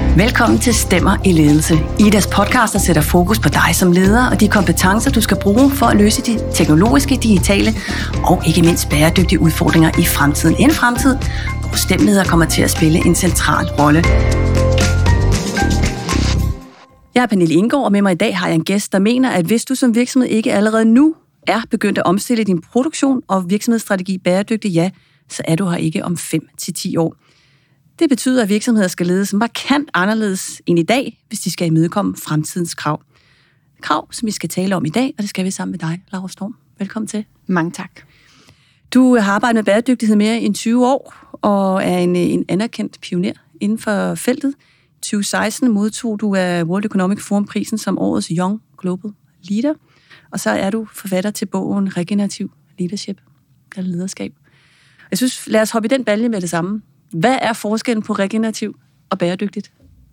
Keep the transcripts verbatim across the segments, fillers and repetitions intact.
Velkommen til Stemmer i Ledelse. Idas podcast, der sætter fokus på dig som leder og de kompetencer, du skal bruge for at løse de teknologiske, digitale og ikke mindst bæredygtige udfordringer i fremtiden. En fremtid, hvor stemmeleder kommer til at spille en central rolle. Jeg er Pernille Indgaard, og med mig i dag har jeg en gæst, der mener, at hvis du som virksomhed ikke allerede nu er begyndt at omstille din produktion og virksomhedsstrategi bæredygtigt, ja, så er du her ikke om fem til ti år. Det betyder, at virksomheder skal ledes markant anderledes end i dag, hvis de skal imødekomme fremtidens krav. Krav, som vi skal tale om i dag, og det skal vi sammen med dig, Laura Storm. Velkommen til. Mange tak. Du har arbejdet med bæredygtighed mere end tyve år, og er en, en anerkendt pioner inden for feltet. I tyve seksten modtog du af World Economic Forum prisen som årets Young Global Leader, og så er du forfatter til bogen Regenerativ Leadership, eller lederskab. Jeg synes, lad os hoppe i den balje med det samme. Hvad er forskellen på regenerativ og bæredygtigt?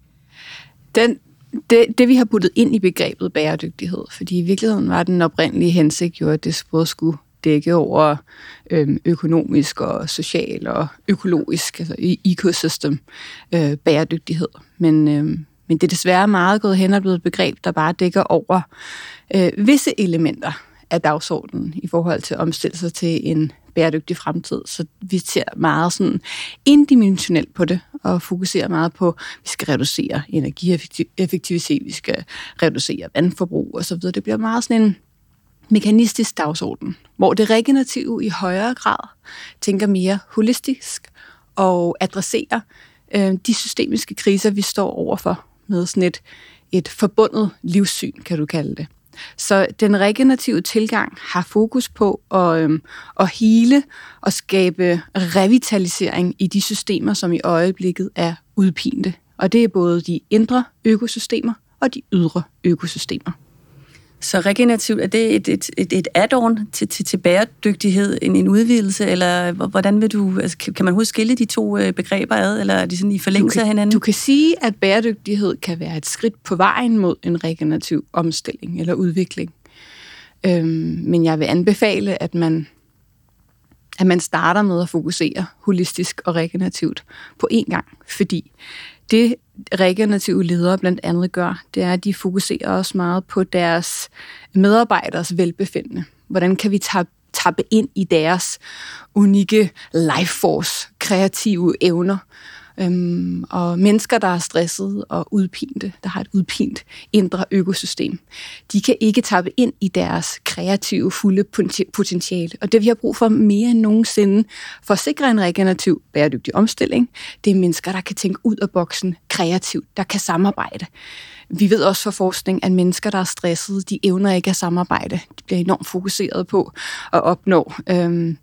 Den, det, det, vi har puttet ind i begrebet bæredygtighed, fordi i virkeligheden var den oprindelige hensigt jo, at det både skulle dække over øhm, økonomisk og social og økologisk, altså ecosystem øh, bæredygtighed. Men, øhm, men det er desværre meget gået hen og blevet et begreb, der bare dækker over øh, visse elementer af dagsordenen i forhold til at omstille sig til en bæredygtig fremtid. Så vi ser meget sådan indimensionelt på det, og fokuserer meget på, at vi skal reducere energieffektivitet, vi skal reducere vandforbrug osv. Det bliver meget sådan en mekanistisk dagsorden, hvor det regenerative i højere grad tænker mere holistisk og adresserer øh, de systemiske kriser, vi står overfor med sådan et, et forbundet livssyn, kan du kalde det. Så den regenerative tilgang har fokus på at, øhm, at hele og skabe revitalisering i de systemer, som i øjeblikket er udpinte. Og det er både de indre økosystemer og de ydre økosystemer. Så regenerativt, er det et, et, et, et add-on til, til, til bæredygtighed, en, en udvidelse, eller hvordan vil du, altså, kan man huske skille de to begreber ad, eller er de sådan i forlængelse af hinanden? Du kan sige, at bæredygtighed kan være et skridt på vejen mod en regenerativ omstilling eller udvikling. Øhm, men jeg vil anbefale, at man, at man starter med at fokusere holistisk og regenerativt på én gang, fordi det regenerative ledere blandt andet gør, det er, at de fokuserer også meget på deres medarbejderes velbefindende. Hvordan kan vi tabe, tabe ind i deres unikke life force, kreative evner, øhm, og mennesker, der er stressede og udpinte, der har et udpint indre økosystem. De kan ikke tabe ind i deres kreative, fulde potentiale. Og det, vi har brug for mere end nogensinde for at sikre en regenerativ, bæredygtig omstilling, det er mennesker, der kan tænke ud af boksen kreativt, der kan samarbejde. Vi ved også fra forskning, at mennesker, der er stressede, de evner ikke at samarbejde. De bliver enormt fokuseret på at opnå, øhm,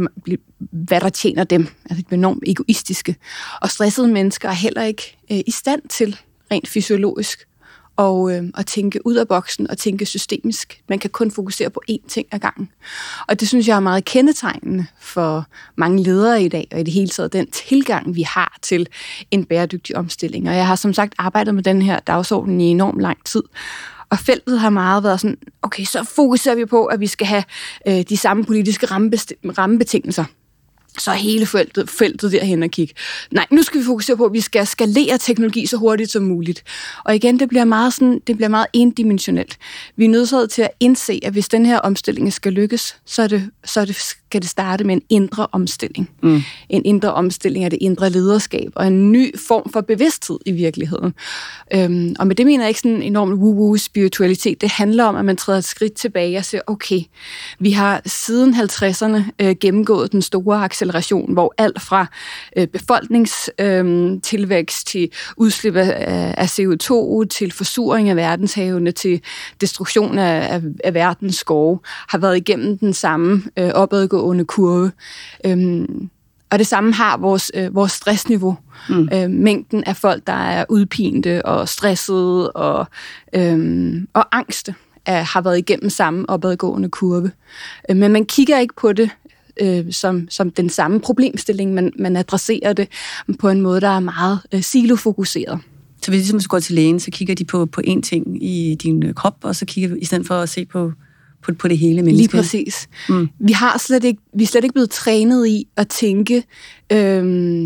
hvad der tjener dem. Altså, de bliver enormt egoistiske. Og stressede mennesker er heller ikke øh, i stand til, rent fysiologisk, og øh, at tænke ud af boksen og tænke systemisk. Man kan kun fokusere på én ting ad gangen. Og det synes jeg er meget kendetegnende for mange ledere i dag, og i det hele taget den tilgang, vi har til en bæredygtig omstilling. Og jeg har som sagt arbejdet med den her dagsorden i enormt lang tid. Og feltet har meget været sådan, okay, så fokuserer vi på, at vi skal have øh, de samme politiske rammebetingelser. Så er hele feltet, feltet derhen og kigge. Nej, nu skal vi fokusere på, at vi skal skalere teknologi så hurtigt som muligt. Og igen, det bliver meget, sådan, det bliver meget endimensionelt. Vi er nødt til at indse, at hvis den her omstilling skal lykkes, så, er det, så er det, skal det starte med en indre omstilling. Mm. En indre omstilling af det indre lederskab, og en ny form for bevidsthed i virkeligheden. Øhm, og med det mener jeg ikke sådan en enorm woo-woo spiritualitet. Det handler om, at man træder et skridt tilbage og siger, okay, vi har siden halvtredserne øh, gennemgået den store acceleration, hvor alt fra øh, befolkningstilvækst øh, til udslip af, af C O to, til forsuring af verdenshavene, til destruktion af, af, af verdens skove, har været igennem den samme øh, opadgående kurve. Øhm, og det samme har vores, øh, vores stressniveau. Mm. Øh, mængden af folk, der er udpinte og stressede og, øh, og angste, er, har været igennem samme opadgående kurve. Øh, men man kigger ikke på det Øh, som, som den samme problemstilling, man, man adresserer det på en måde, der er meget øh, silofokuseret. Så hvis du går til lægen, så kigger de på, på én ting i din krop, og så kigger vi i stedet for at se på, på, på det hele menneske. Lige præcis. Mm. Vi, har slet ikke, vi er slet ikke blevet trænet i at tænke, øh,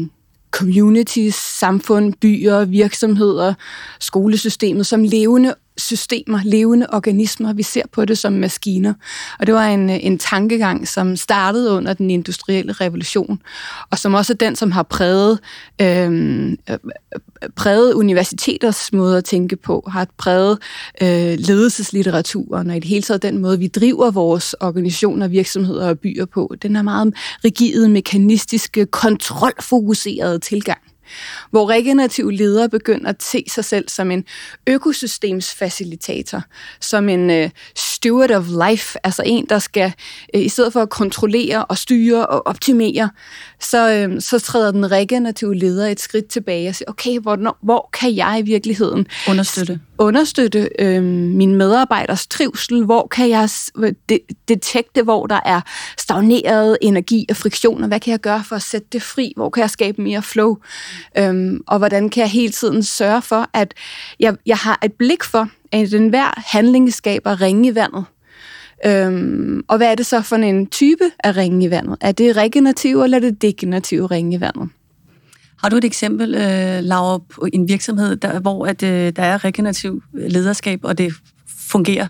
communities, samfund, byer, virksomheder, skolesystemet som levende systemer, levende organismer. Vi ser på det som maskiner. Og det var en, en tankegang, som startede under den industrielle revolution, og som også er den, som har præget, øh, præget universiteters måde at tænke på, har præget øh, ledelseslitteraturen, og i det hele taget den måde, vi driver vores organisationer, virksomheder og byer på. Den er meget rigide, mekanistiske, kontrolfokuserede tilgang, hvor regenerative ledere begynder at se sig selv som en økosystemsfacilitator, som en uh, steward of life, altså en, der skal, uh, i stedet for at kontrollere og styre og optimere, så, uh, så træder den regenerative leder et skridt tilbage og siger, okay, hvor, hvor kan jeg i virkeligheden understøtte, understøtte øh, mine medarbejders trivsel, hvor kan jeg de- detekte, hvor der er stagneret energi og friktioner, hvad kan jeg gøre for at sætte det fri, hvor kan jeg skabe mere flow, øhm, og hvordan kan jeg hele tiden sørge for, at jeg, jeg har et blik for, at enhver handling skaber ringe i vandet. Øhm, og hvad er det så for en type af ringe i vandet? Er det regenerative eller er det degenerative ringe i vandet? Har du et eksempel, øh, Laura, på en virksomhed, der, hvor at, øh, der er regenerativ lederskab, og det fungerer?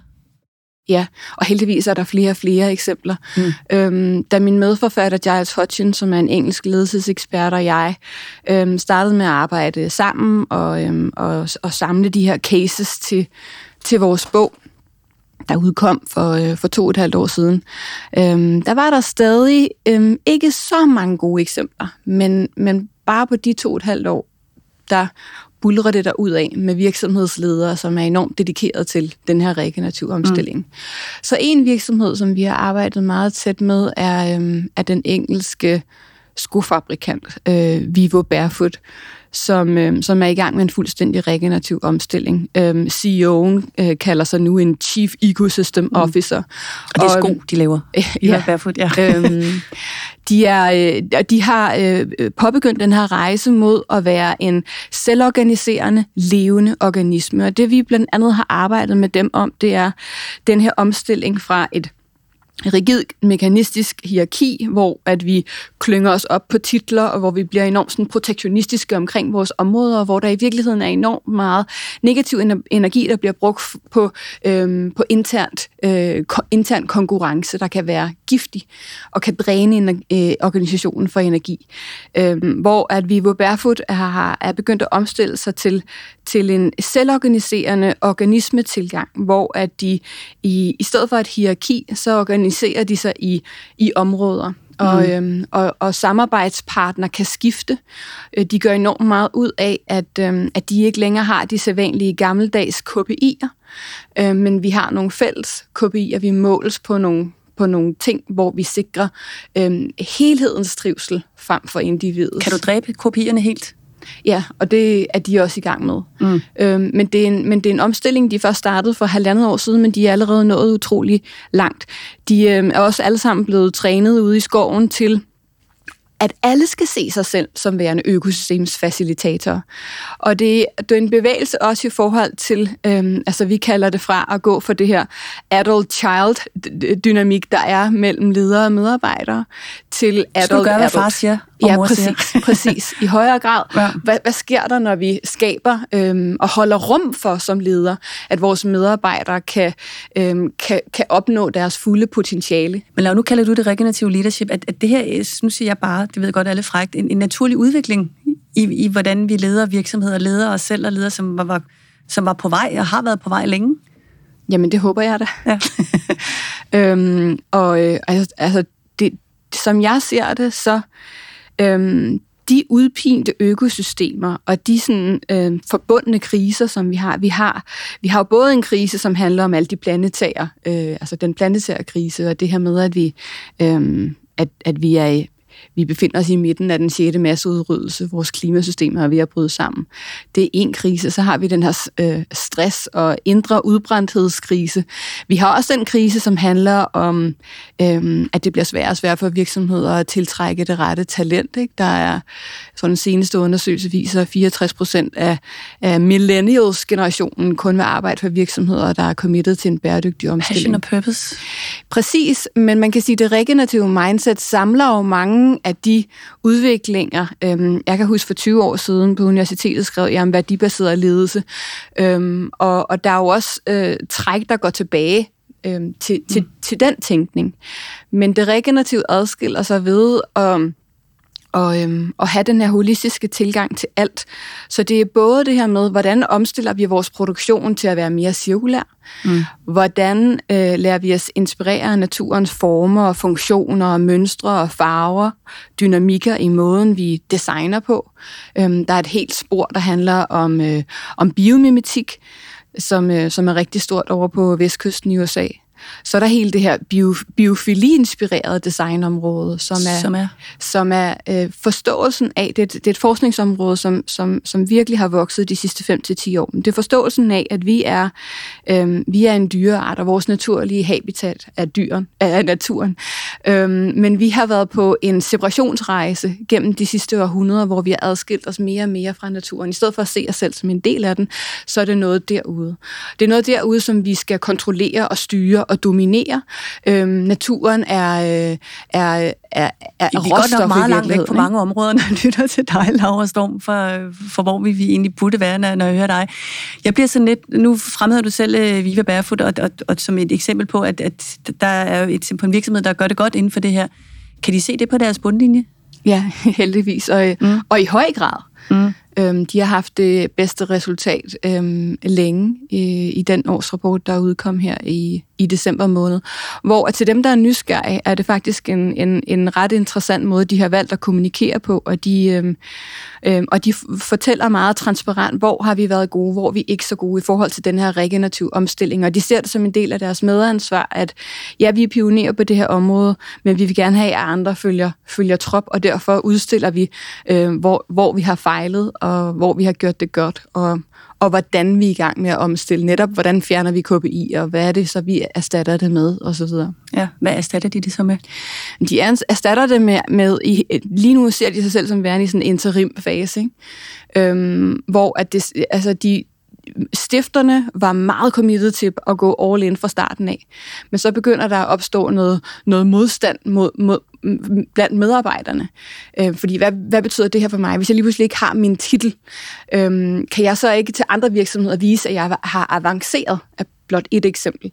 Ja, og heldigvis er der flere og flere eksempler. Mm. Øhm, da min medforfatter Giles Hutchins, som er en engelsk ledelsesekspert, og jeg øhm, startede med at arbejde sammen og, øhm, og, og samle de her cases til, til vores bog, der udkom for, øh, for to og et halvt år siden, øhm, der var der stadig øhm, ikke så mange gode eksempler, men, men bare på de to og et halvt år, der buldrer det der ud af med virksomhedsledere, som er enormt dedikeret til den her regenerative omstilling. Mm. Så en virksomhed, som vi har arbejdet meget tæt med, er, øhm, er den engelske skofabrikant øh, Vivo Barefoot, som, øh, som er i gang med en fuldstændig regenerativ omstilling. Øh, C E O'en øh, kalder sig nu en Chief Ecosystem Officer. Mm. Og det er sko, de laver. Øh, ja. Barefoot, ja. øhm, de, er, øh, de har øh, påbegyndt den her rejse mod at være en selvorganiserende, levende organisme. Og det vi blandt andet har arbejdet med dem om, det er den her omstilling fra et rigid mekanistisk hierarki, hvor at vi klynger os op på titler, og hvor vi bliver enormt sådan protektionistiske omkring vores områder, og hvor der i virkeligheden er enormt meget negativ energi, der bliver brugt på, øhm, på internt, øh, intern konkurrence, der kan være giftig og kan dræne en, øh, organisationen for energi. Øhm, hvor at Vivo Barefoot er, er begyndt at omstille sig til, til en selvorganiserende organismetilgang, hvor at de i, i stedet for et hierarki, så organiserer organiserer de sig i, i områder, og, mm. øhm, og, og samarbejdspartner kan skifte. De gør enormt meget ud af, at, øhm, at de ikke længere har de sædvanlige gammeldags K P I'er, øhm, men vi har nogle fælles K P I'er, vi måles på nogle, på nogle ting, hvor vi sikrer øhm, helhedens trivsel frem for individet. Kan du dræbe K P I'erne helt? Ja, og det er de også i gang med. Mm. Øhm, men, det er en, men det er en omstilling, de først startede for halvandet år siden, men de er allerede nået utrolig langt. De øhm, er også alle sammen blevet trænet ude i skoven til, at alle skal se sig selv som værende økosystemsfacilitatorer. Og det, det er en bevægelse også i forhold til, øhm, altså vi kalder det fra at gå for det her adult-child-dynamik, der er mellem ledere og medarbejdere, til adult-adult. Skal du gøre, hvad far siger, og ja, mor præcis, siger? præcis. I højere grad. Ja. Hvad, hvad sker der, når vi skaber øhm, og holder rum for som leder, at vores medarbejdere kan, øhm, kan, kan opnå deres fulde potentiale? Men Laura, nu kalder du det regenerative leadership, at, at det her, nu siger jeg bare, det ved jeg godt alle frækt, en, en naturlig udvikling i, i, hvordan vi leder virksomheder, leder os selv og leder, som var, var, som var på vej og har været på vej længe. Jamen, det håber jeg da. Ja. øhm, og øh, altså, altså det, som jeg ser det, så øhm, de udpinte økosystemer og de sådan, øh, forbundne kriser, som vi har, vi har, vi har jo både en krise, som handler om alle de planetære, øh, altså den planetære krise, og det her med, at vi, øh, at, at vi er Vi befinder os i midten af den sjette masseudryddelse. Vores klimasystemer er ved at bryde sammen. Det er en krise. Så har vi den her øh, stress- og indre udbrændthedskrise. Vi har også den krise, som handler om, øh, at det bliver sværere og sværere for virksomheder at tiltrække det rette talent. Ikke? Der er, sådan en seneste undersøgelse viser, at fireogtres procent af, af millennials-generationen kun vil arbejde for virksomheder, der er committed til en bæredygtig omstilling. Passion og purpose. Præcis, men man kan sige, at det regenerative mindset samler jo mange af de udviklinger. Øhm, jeg kan huske for tyve år siden på universitetet skrev jeg om værdibaseret ledelse, øhm, og, og der er jo også øh, træk, der går tilbage øhm, til, til, mm. til den tænkning. Men det regenerativt adskiller sig ved om Og, øhm, og have den her holistiske tilgang til alt. Så det er både det her med, hvordan omstiller vi vores produktion til at være mere cirkulær? Mm. Hvordan øh, lærer vi os inspirere af naturens former og funktioner og mønstre og farver, dynamikker i måden, vi designer på? Øhm, der er et helt spor, der handler om, øh, om biomimetik, som, øh, som er rigtig stort over på vestkysten i U S A. Så er der hele det her bio, biofili-inspirerede designområde, som er, som er, som er øh, forståelsen af, det, det er et forskningsområde, som, som, som virkelig har vokset de sidste fem til ti år. Det er forståelsen af, at vi er, øh, vi er en dyreart, og vores naturlige habitat er, dyren, er naturen. Øh, men vi har været på en separationsrejse gennem de sidste århundreder, hvor vi har adskilt os mere og mere fra naturen. I stedet for at se os selv som en del af den, så er det noget derude. Det er noget derude, som vi skal kontrollere og styre og dominere. Øhm, naturen er, øh, er, er, er vi er godt nok meget langt væk på mange områder, når jeg lytter til dig, Laura Storm, for, for hvor vi, vi egentlig burde være, når, når jeg hører dig. Jeg bliver sådan lidt, nu fremhæver du selv uh, Viva Barefoot, og, og, og som et eksempel på, at, at der er et, på en virksomhed, der gør det godt inden for det her. Kan de se det på deres bundlinje? Ja, heldigvis, og, mm. og i høj grad. Mm. Øhm, de har haft det bedste resultat øhm, længe i, i den årsrapport, der udkom her i, i december måned. Hvor til dem, der er nysgerrige, er det faktisk en, en, en ret interessant måde, de har valgt at kommunikere på, og de, øhm, øhm, og de fortæller meget transparent, hvor har vi været gode, hvor vi ikke så gode i forhold til den her regenerative omstilling. Og de ser det som en del af deres medansvar, at ja, vi er pionerer på det her område, men vi vil gerne have, at andre følger, følger trop, og derfor udstiller vi, øh, hvor, hvor vi har fejlet, og hvor vi har gjort det godt, og, og hvordan vi er i gang med at omstille. Netop, hvordan fjerner vi K P I, og hvad er det, så vi erstatter det med, og så videre. Ja, hvad erstatter de det så med? De erstatter det med, med i, lige nu ser de sig selv som værende i sådan en interimfase, ikke? Øhm, hvor at det, altså de stifterne var meget committed til at gå all in fra starten af. Men så begynder der at opstå noget, noget modstand mod, mod, blandt medarbejderne. Øh, fordi, hvad, hvad betyder det her for mig? Hvis jeg lige pludselig ikke har min titel, øh, kan jeg så ikke til andre virksomheder vise, at jeg har avanceret? Er blot et eksempel.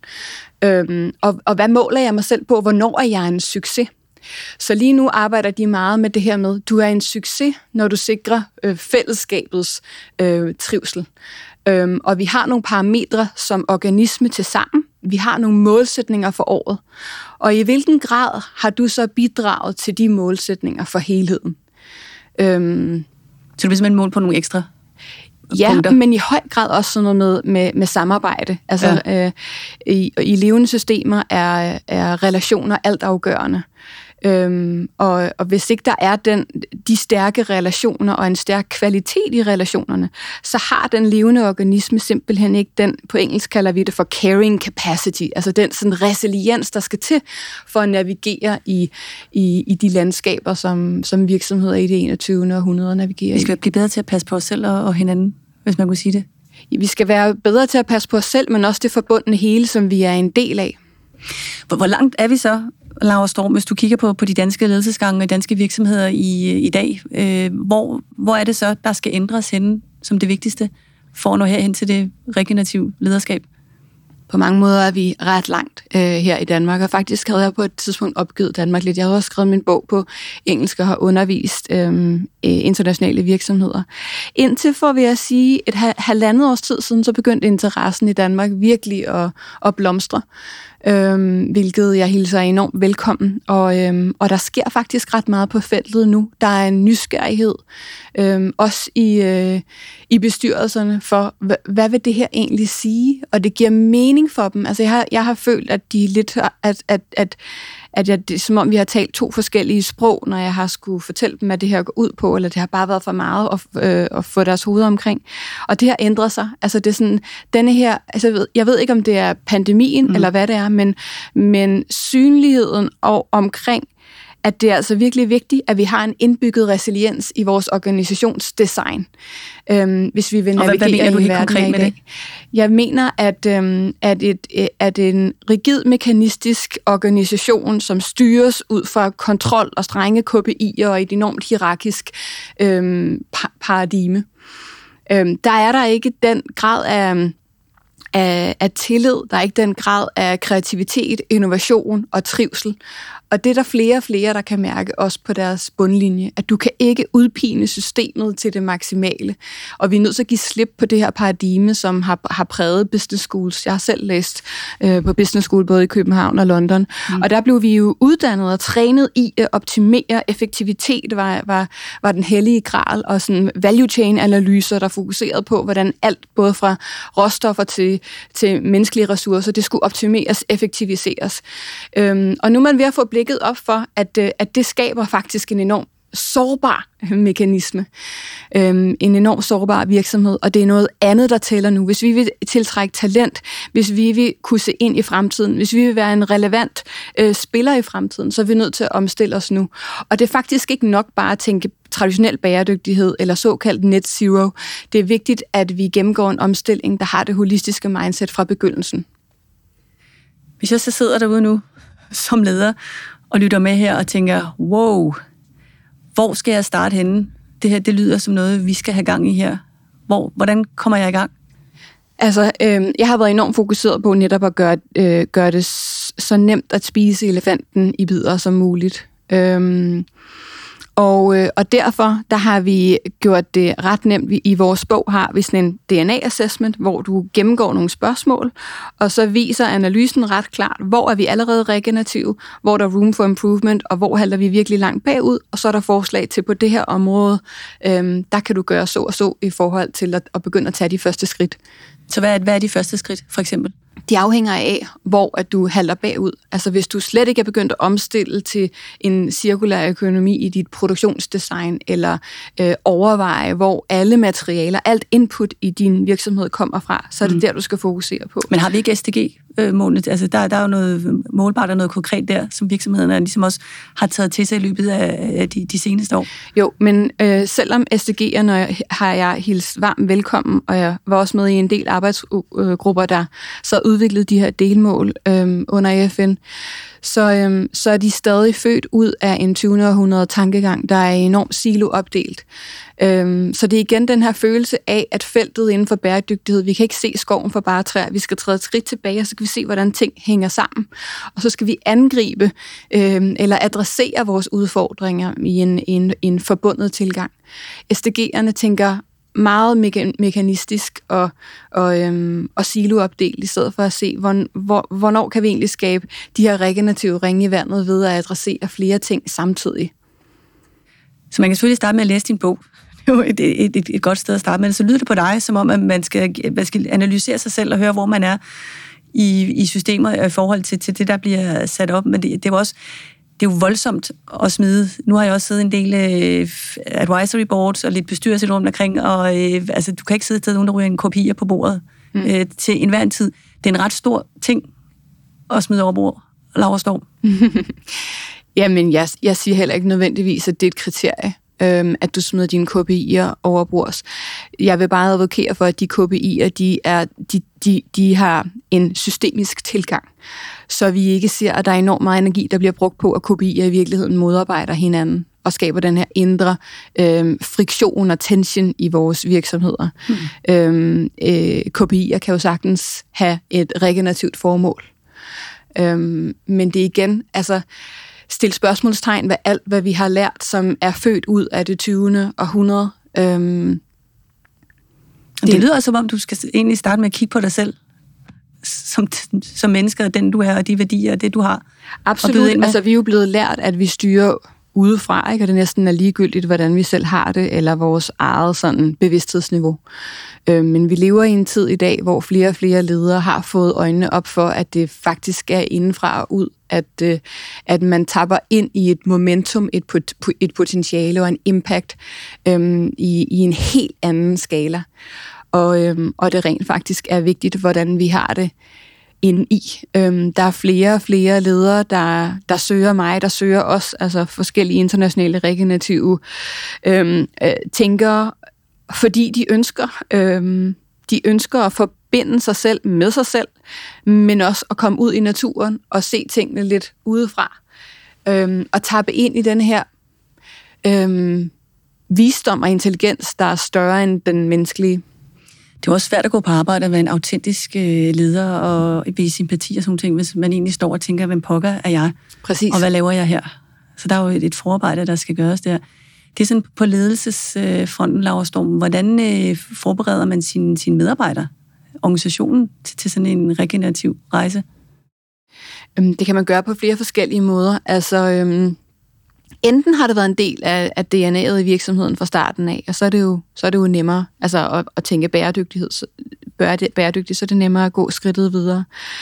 Øh, og, og hvad måler jeg mig selv på? Hvornår er jeg en succes? Så lige nu arbejder de meget med det her med, du er en succes, når du sikrer øh, fællesskabets øh, trivsel. Øhm, og vi har nogle parametre som organisme til sammen. Vi har nogle målsætninger for året. Og i hvilken grad har du så bidraget til de målsætninger for helheden? Øhm, så du vil simpelthen måle på nogle ekstra ja, punkter? Men i høj grad også sådan noget med, med, med samarbejde. Altså, ja. øh, i, i levende systemer er, er relationer altafgørende. Øhm, og, og hvis ikke der er den, de stærke relationer og en stærk kvalitet i relationerne, så har den levende organisme simpelthen ikke den, på engelsk kalder vi det for carrying capacity, altså den sådan resiliens, der skal til for at navigere i, i, i de landskaber, som, som virksomheder i det enogtyvende århundrede navigerer i. Vi skal blive bedre til at passe på os selv og, og hinanden, hvis man kunne sige det. Vi skal være bedre til at passe på os selv, men også det forbundne hele, som vi er en del af. Hvor, hvor langt er vi så, Laura Storm, hvis du kigger på, på de danske ledelsesgange og danske virksomheder i, i dag? Øh, hvor, hvor er det så, der skal ændres henne som det vigtigste for at nå herhen til det regenerative lederskab? På mange måder er vi ret langt øh, her i Danmark, og faktisk havde jeg på et tidspunkt opgivet Danmark lidt. Jeg har også skrevet min bog på engelsk og har undervist øh, internationale virksomheder. Indtil for, vil jeg sige, et halvandet års tid siden, så begyndte interessen i Danmark virkelig at, at blomstre. Øhm, hvilket jeg hilser enormt velkommen, og, øhm, og der sker faktisk ret meget på feltet nu. Der er en nysgerrighed, øhm, også i, øh, i bestyrelserne for, hvad, hvad vil det her egentlig sige, og det giver mening for dem. Altså jeg har, jeg har følt, at de lidt, at, at, at, at jeg, det er som om vi har talt to forskellige sprog, når jeg har skulle fortælle dem, hvad det her går ud på, eller det har bare været for meget at, øh, at få deres hoveder omkring. Og det her ændrer sig. Altså det er sådan, denne her, altså jeg ved, jeg ved ikke, om det er pandemien, mm. eller hvad det er, men, men synligheden og omkring, at det er altså virkelig vigtigt, at vi har en indbygget resiliens i vores organisationsdesign, øhm, hvis vi vil navigere i verden. Og hvad mener du helt konkret med det? Jeg mener, at, øhm, at, et, at en rigid mekanistisk organisation, som styres ud fra kontrol og strenge K P I'er og et enormt hierarkisk øhm, paradigme, øhm, der er der ikke den grad af... Af, af tillid, der er ikke den grad af kreativitet, innovation og trivsel. Og det er der flere og flere, der kan mærke også på deres bundlinje, at du kan ikke udpine systemet til det maksimale. Og vi er nødt til at give slip på det her paradigme, som har, har præget business schools. Jeg har selv læst øh, på business school både i København og London. Mm. Og der blev vi jo uddannet og trænet i at optimere effektivitet, var, var, var den hellige gral, og sådan value chain analyser, der fokuserede på, hvordan alt, både fra råstoffer til, til menneskelige ressourcer, det skulle optimeres, effektiviseres. Øhm, og nu er man ved at få blikket op for, at, at det skaber faktisk en enorm sårbar mekanisme. Øhm, en enorm sårbar virksomhed, og det er noget andet, der tæller nu. Hvis vi vil tiltrække talent, hvis vi vil kunne se ind i fremtiden, hvis vi vil være en relevant øh, spiller i fremtiden, så er vi nødt til at omstille os nu. Og det er faktisk ikke nok bare at tænke traditionel bæredygtighed eller såkaldt net zero. Det er vigtigt, at vi gennemgår en omstilling, der har det holistiske mindset fra begyndelsen. Hvis jeg så sidder derude nu som leder og lytter med her og tænker, wow, hvor skal jeg starte henne? Det her, det lyder som noget, vi skal have gang i her. Hvor, hvordan kommer jeg i gang? Altså, øh, jeg har været enormt fokuseret på netop at gøre, øh, gøre det så nemt at spise elefanten i bidder som muligt. Øh, Og, øh, og derfor der har vi gjort det ret nemt. I vores bog har vi sådan en D N A-assessment, hvor du gennemgår nogle spørgsmål, og så viser analysen ret klart, hvor er vi allerede regenerative, hvor er der room for improvement, og hvor halter vi virkelig langt bagud, og så er der forslag til på det her område, øhm, der kan du gøre så og så i forhold til at, at begynde at tage de første skridt. Så hvad er, hvad er de første skridt, for eksempel? De afhænger af, hvor at du halter bagud. Altså hvis du slet ikke er begyndt at omstille til en cirkulær økonomi i dit produktionsdesign, eller øh, overveje, hvor alle materialer, alt input i din virksomhed kommer fra, så er det mm. der, du skal fokusere på. Men har vi ikke S D G-målene? Altså der, der er jo noget målbart og noget konkret der, som virksomhederne ligesom også har taget til sig i løbet af de, de seneste år. Jo, men øh, selvom S D G'erne har jeg hilst varmt velkommen, og jeg var også med i en del arbejdsgrupper, der så udviklede de her delmål øh, under F N, så, øh, så er de stadig født ud af en tyvende århundrede tankegang, der er enormt siloopdelt. Øh, så det er igen den her følelse af, at feltet inden for bæredygtighed, vi kan ikke se skoven for bare træer, vi skal træde et skridt tilbage, og så kan vi se, hvordan ting hænger sammen. Og så skal vi angribe øh, eller adressere vores udfordringer i en, en, en forbundet tilgang. S D G'erne tænker meget meka- mekanistisk og, og, øhm, og siloopdelt, i stedet for at se, hvor, hvor, hvornår kan vi egentlig skabe de her regenerative ringe i vandet ved at adressere flere ting samtidig. Så man kan selvfølgelig starte med at læse din bog. Det er jo et, et, et, et godt sted at starte med. Så lyder det på dig, som om at man skal, man skal analysere sig selv og høre, hvor man er i, i systemer i forhold til, til det, der bliver sat op. Men det, det er jo også det er jo voldsomt at smide. Nu har jeg også siddet en del øh, advisory boards og lidt bestyrelse rundt omkring, og øh, altså, du kan ikke sidde til nogen, der ryger en kopier på bordet mm. øh, til enhver en tid. Det er en ret stor ting at smide over bord. Laura Storm. Jamen, jeg, jeg siger heller ikke nødvendigvis, at det er et kriterie, øhm, at du smider dine K P I'er over bords. Jeg vil bare advokere for, at de K P I'er, de, er, de, de, de har en systemisk tilgang, så vi ikke ser, at der er enormt meget energi, der bliver brugt på, at K P I'er i virkeligheden modarbejder hinanden og skaber den her indre øhm, friktion og tension i vores virksomheder. Mm. Øhm, øh, K P I'er kan jo sagtens have et regenerativt formål. Øhm, men det er igen, altså stille spørgsmålstegn ved alt, hvad vi har lært, som er født ud af det tyvende århundrede. Øhm, det, det lyder som om, du skal egentlig starte med at kigge på dig selv, som, som mennesker, og den du er, og de værdier, og det du har. Absolut, altså vi er jo blevet lært, at vi styrer udefra, ikke? Og det næsten er ligegyldigt, hvordan vi selv har det, eller vores eget sådan bevidsthedsniveau. Øh, men vi lever i en tid i dag, hvor flere og flere ledere har fået øjnene op for, at det faktisk er indenfra og ud, at, øh, at man tapper ind i et momentum, et, pot, et potentiale og en impact øh, i, i en helt anden skala. Og, øh, og det rent faktisk er vigtigt, hvordan vi har det inde i. Øhm, der er flere og flere ledere, der, der søger mig, der søger os, altså forskellige internationale regenerative øhm, øh, tænkere, fordi de ønsker, øhm, de ønsker at forbinde sig selv med sig selv, men også at komme ud i naturen og se tingene lidt udefra, øhm, og tappe ind i den her øhm, visdom og intelligens, der er større end den menneskelige. Det er også svært at gå på arbejde og være en autentisk leder og vise sympati og sådan ting, hvis man egentlig står og tænker, hvem pokker er jeg? Præcis. Og hvad laver jeg her? Så der er jo et, et forarbejde, der skal gøres der. Det er sådan på ledelsesfronten, Laura Storm. Hvordan øh, forbereder man sine, sine medarbejdere, organisationen, til, til sådan en regenerativ rejse? Det kan man gøre på flere forskellige måder. Altså, øhm, enten har det været en del af, af D N A'et i virksomheden fra starten af, og så er det jo, så er det jo nemmere altså, at, at tænke bæredygtighed, så, bæredygtigt, så er det nemmere at gå skridtet videre.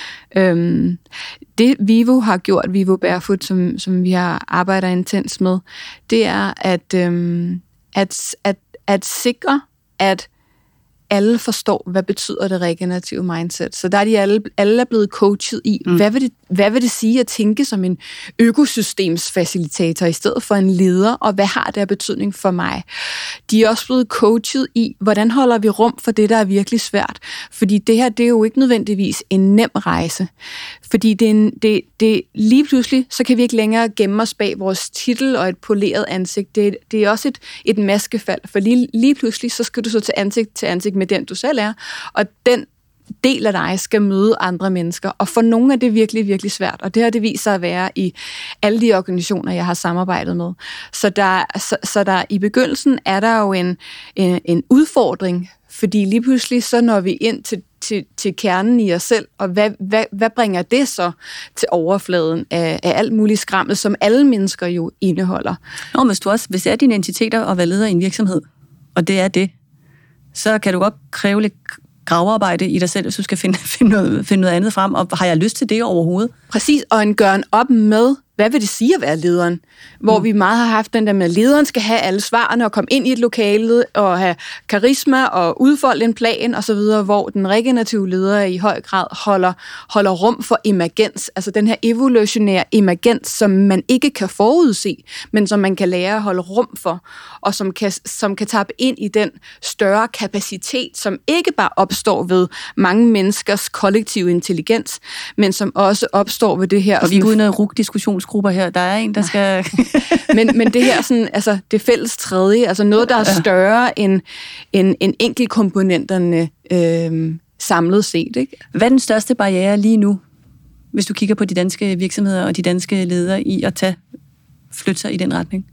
Øhm, det Vivo har gjort, Vivo Barefoot, som, som vi har arbejdet intens med, det er at, øhm, at, at, at sikre, at alle forstår, hvad betyder det regenerative mindset. Så der er de alle, alle er blevet coachet i, mm. hvad, vil det, hvad vil det sige at tænke som en økosystemsfacilitator i stedet for en leder, og hvad har det af betydning for mig? De er også blevet coachet i, hvordan holder vi rum for det, der er virkelig svært. Fordi det her, det er jo ikke nødvendigvis en nem rejse. Fordi det er en, det, det, lige pludselig, så kan vi ikke længere gemme os bag vores titel og et poleret ansigt. Det, det er også et, et maskefald, for lige, lige pludselig, så skal du så til ansigt til ansigt med den, du selv er, og den del af dig skal møde andre mennesker, og for nogle er det virkelig, virkelig svært, og det har det vist sig at være i alle de organisationer, jeg har samarbejdet med. Så der, så, så der i begyndelsen er der jo en, en, en udfordring, fordi lige pludselig så når vi ind til, til, til kernen i os selv, og hvad, hvad, hvad bringer det så til overfladen af, af alt muligt skrammel, som alle mennesker jo indeholder. Nå, hvis du også, hvis det er dine entiteter at være leder i en virksomhed, og det er det, så kan du godt kræve lidt gravearbejde i dig selv, hvis du skal finde, finde, noget, finde noget andet frem, og har jeg lyst til det overhovedet? Præcis, og en gøren op med, hvad vil det sige at være lederen? Hvor mm. vi meget har haft den der med, at lederen skal have alle svarene og komme ind i et lokale og have karisma og udfolde en plan osv., hvor den regenerative leder i høj grad holder, holder rum for emergens, altså den her evolutionære emergens, som man ikke kan forudse, men som man kan lære at holde rum for, og som kan, som kan tappe ind i den større kapacitet, som ikke bare opstår ved mange menneskers kollektive intelligens, men som også opstår ved det her. Og vi er ude i noget rug-diskussion grupper her. Der er en, der skal... men, men det her, sådan, altså det fælles tredje, altså noget, der er større end, end, end enkeltkomponenterne øh, samlet set. Ikke? Hvad er den største barriere lige nu, hvis du kigger på de danske virksomheder og de danske ledere i at tage, flytte sig i den retning?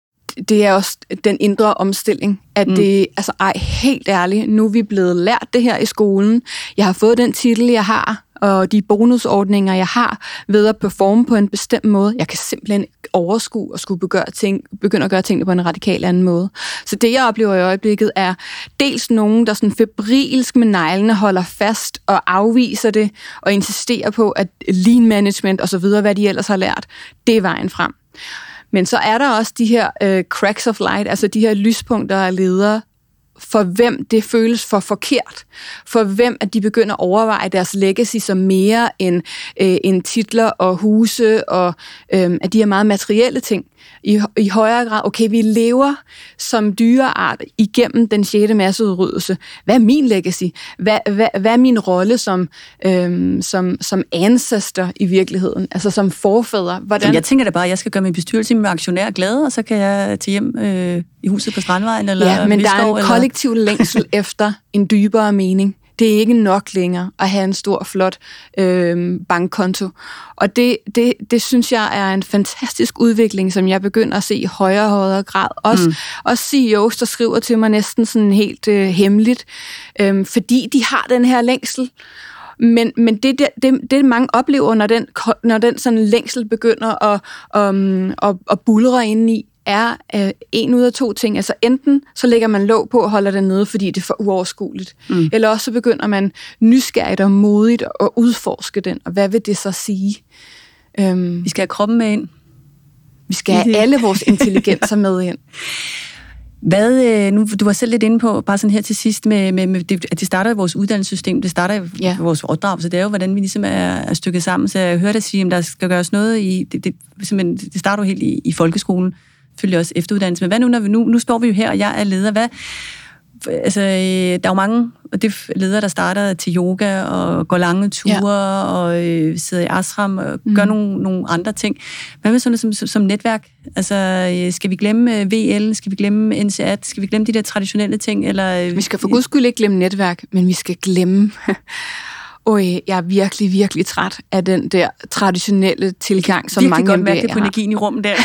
Det er også den indre omstilling, at mm. det, altså ej, helt ærligt, nu er vi blevet lært det her i skolen. Jeg har fået den titel, jeg har, og de bonusordninger, jeg har, ved at performe på en bestemt måde. Jeg kan simpelthen overskue og skulle begynde, ting, begynde at gøre tingene på en radikal anden måde. Så det, jeg oplever i øjeblikket, er dels nogen, der sådan febrilsk med neglene holder fast og afviser det, og insisterer på, at lean management og så videre, hvad de ellers har lært, det er vejen frem. Men så er der også de her øh, cracks of light, altså de her lyspunkter af ledere, for hvem det føles for forkert, for hvem at de begynder at overveje deres legacy som mere end, øh, end titler og huse, og øh, at de her meget materielle ting. I, I højere grad, okay, vi lever som dyreart igennem den sjette masseudryddelse. Hvad er min legacy? Hvad, hvad, hvad er min rolle som, øhm, som, som ancestor i virkeligheden? Altså som forfædre? Hvordan... Jeg tænker da bare, at jeg skal gøre min bestyrelse med aktionærer glade, og så kan jeg til hjem øh, i huset på Strandvejen. Eller ja, men Viskov, der er en eller... kollektiv længsel efter en dybere mening. Det er ikke nok længere at have en stor, flot øh, bankkonto. Og det, det, det synes jeg er en fantastisk udvikling, som jeg begynder at se i højere og højere grad. Også, mm. også C E O's, der skriver til mig næsten sådan helt øh, hemmeligt, øh, fordi de har den her længsel. Men, men det, det, det, det mange oplever, når den, når den sådan længsel begynder at, um, at, at buldre indeni, er øh, en ud af to ting. Altså enten så lægger man låg på og holder det nede, fordi det er for uoverskueligt. Mm. Eller også så begynder man nysgerrigt og modigt at udforske den. Og hvad vil det så sige? Øhm, vi skal have kroppen med ind. Vi skal have alle vores intelligenser med ind. Hvad, nu, du var selv lidt inde på, bare sådan her til sidst, med, med, med det, at det starter i vores uddannelsessystem, det starter i ja. vores opdragelse, det er jo, hvordan vi ligesom er, er stykket sammen. Så jeg hørte dig sige, at der skal gøres noget i, det, det, det starter jo helt i, i folkeskolen, selvfølgelig også efteruddannelse. Men hvad nu, når vi, nu, nu står vi jo her, og jeg er leder, hvad, altså, der er jo mange og det ledere, der starter til yoga og går lange ture ja. og øh, sidder i ashram og mm. gør nogle, nogle andre ting. Hvad med sådan noget som, som, som netværk? Altså, øh, skal vi glemme V L? Skal vi glemme N C A T? Skal vi glemme de der traditionelle ting? Eller, øh, vi skal for guds skyld ikke glemme netværk, men vi skal glemme... Øj, jeg er virkelig, virkelig træt af den der traditionelle tilgang, som mange M B A'er har. Virkelig godt mærke det på energien i rummet der.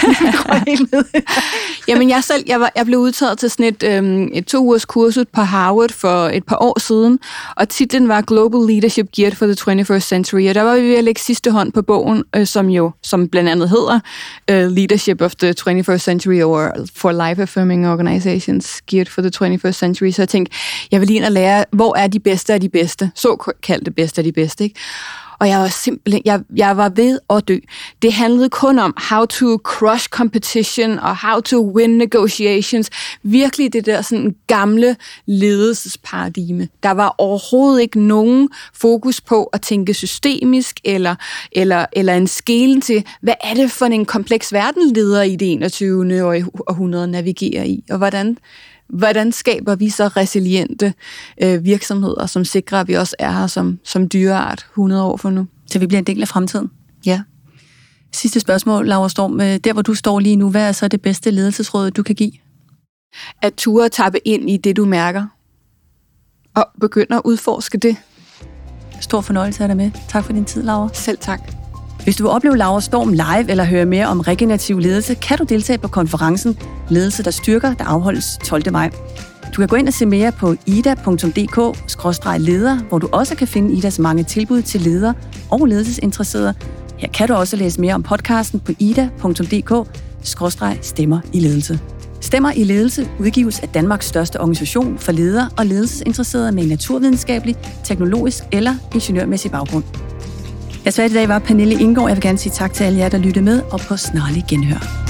Jamen, jeg selv, jeg, var, jeg blev udtaget til sådan et, øhm, et to ugers kursus på Harvard for et par år siden, og titlen var Global Leadership Geared for the twenty-first century, og der var vi ved at lægge sidste hånd på bogen, øh, som jo, som blandt andet hedder uh, Leadership of the twenty-first century, or for life affirming organizations geared for the twenty-first century, så jeg tænkte, jeg vil lige ind og lære, hvor er de bedste af de bedste, såkaldte bedste af de bedste, ikke? Og jeg var simpelthen, jeg, jeg var ved at dø. Det handlede kun om how to crush competition og how to win negotiations. Virkelig det der sådan gamle ledelsesparadigme. Der var overhovedet ikke nogen fokus på at tænke systemisk eller, eller, eller en skelen til, hvad er det for en kompleks verden leder i det enogtyvende århundrede navigerer i, og hvordan Hvordan skaber vi så resiliente øh, virksomheder, som sikrer, at vi også er her som, som dyreart hundrede år fra nu? Så vi bliver en del af fremtiden? Ja. Sidste spørgsmål, Laura Storm. Der, hvor du står lige nu, hvad er så det bedste ledelsesråd, du kan give? At ture tappe ind i det, du mærker, og begynde at udforske det. Stor fornøjelse af dig med. Tak for din tid, Laura. Selv tak. Hvis du vil opleve Laura Storm live eller høre mere om regenerativ ledelse, kan du deltage på konferencen Ledelse, der styrker, der afholdes tolvte maj. Du kan gå ind og se mere på ida punktum d k skråstreg leder, hvor du også kan finde Idas mange tilbud til ledere og ledelsesinteresserede. Her kan du også læse mere om podcasten på ida punktum d k skråstreg stemmer i ledelse. Stemmer i ledelse udgives af Danmarks største organisation for ledere og ledelsesinteresserede med en naturvidenskabelig, teknologisk eller ingeniørmæssig baggrund. Jeg så i dag var Pernille Indgaard. Jeg vil gerne sige tak til alle jer, der lyttede med, og på snarlig genhør.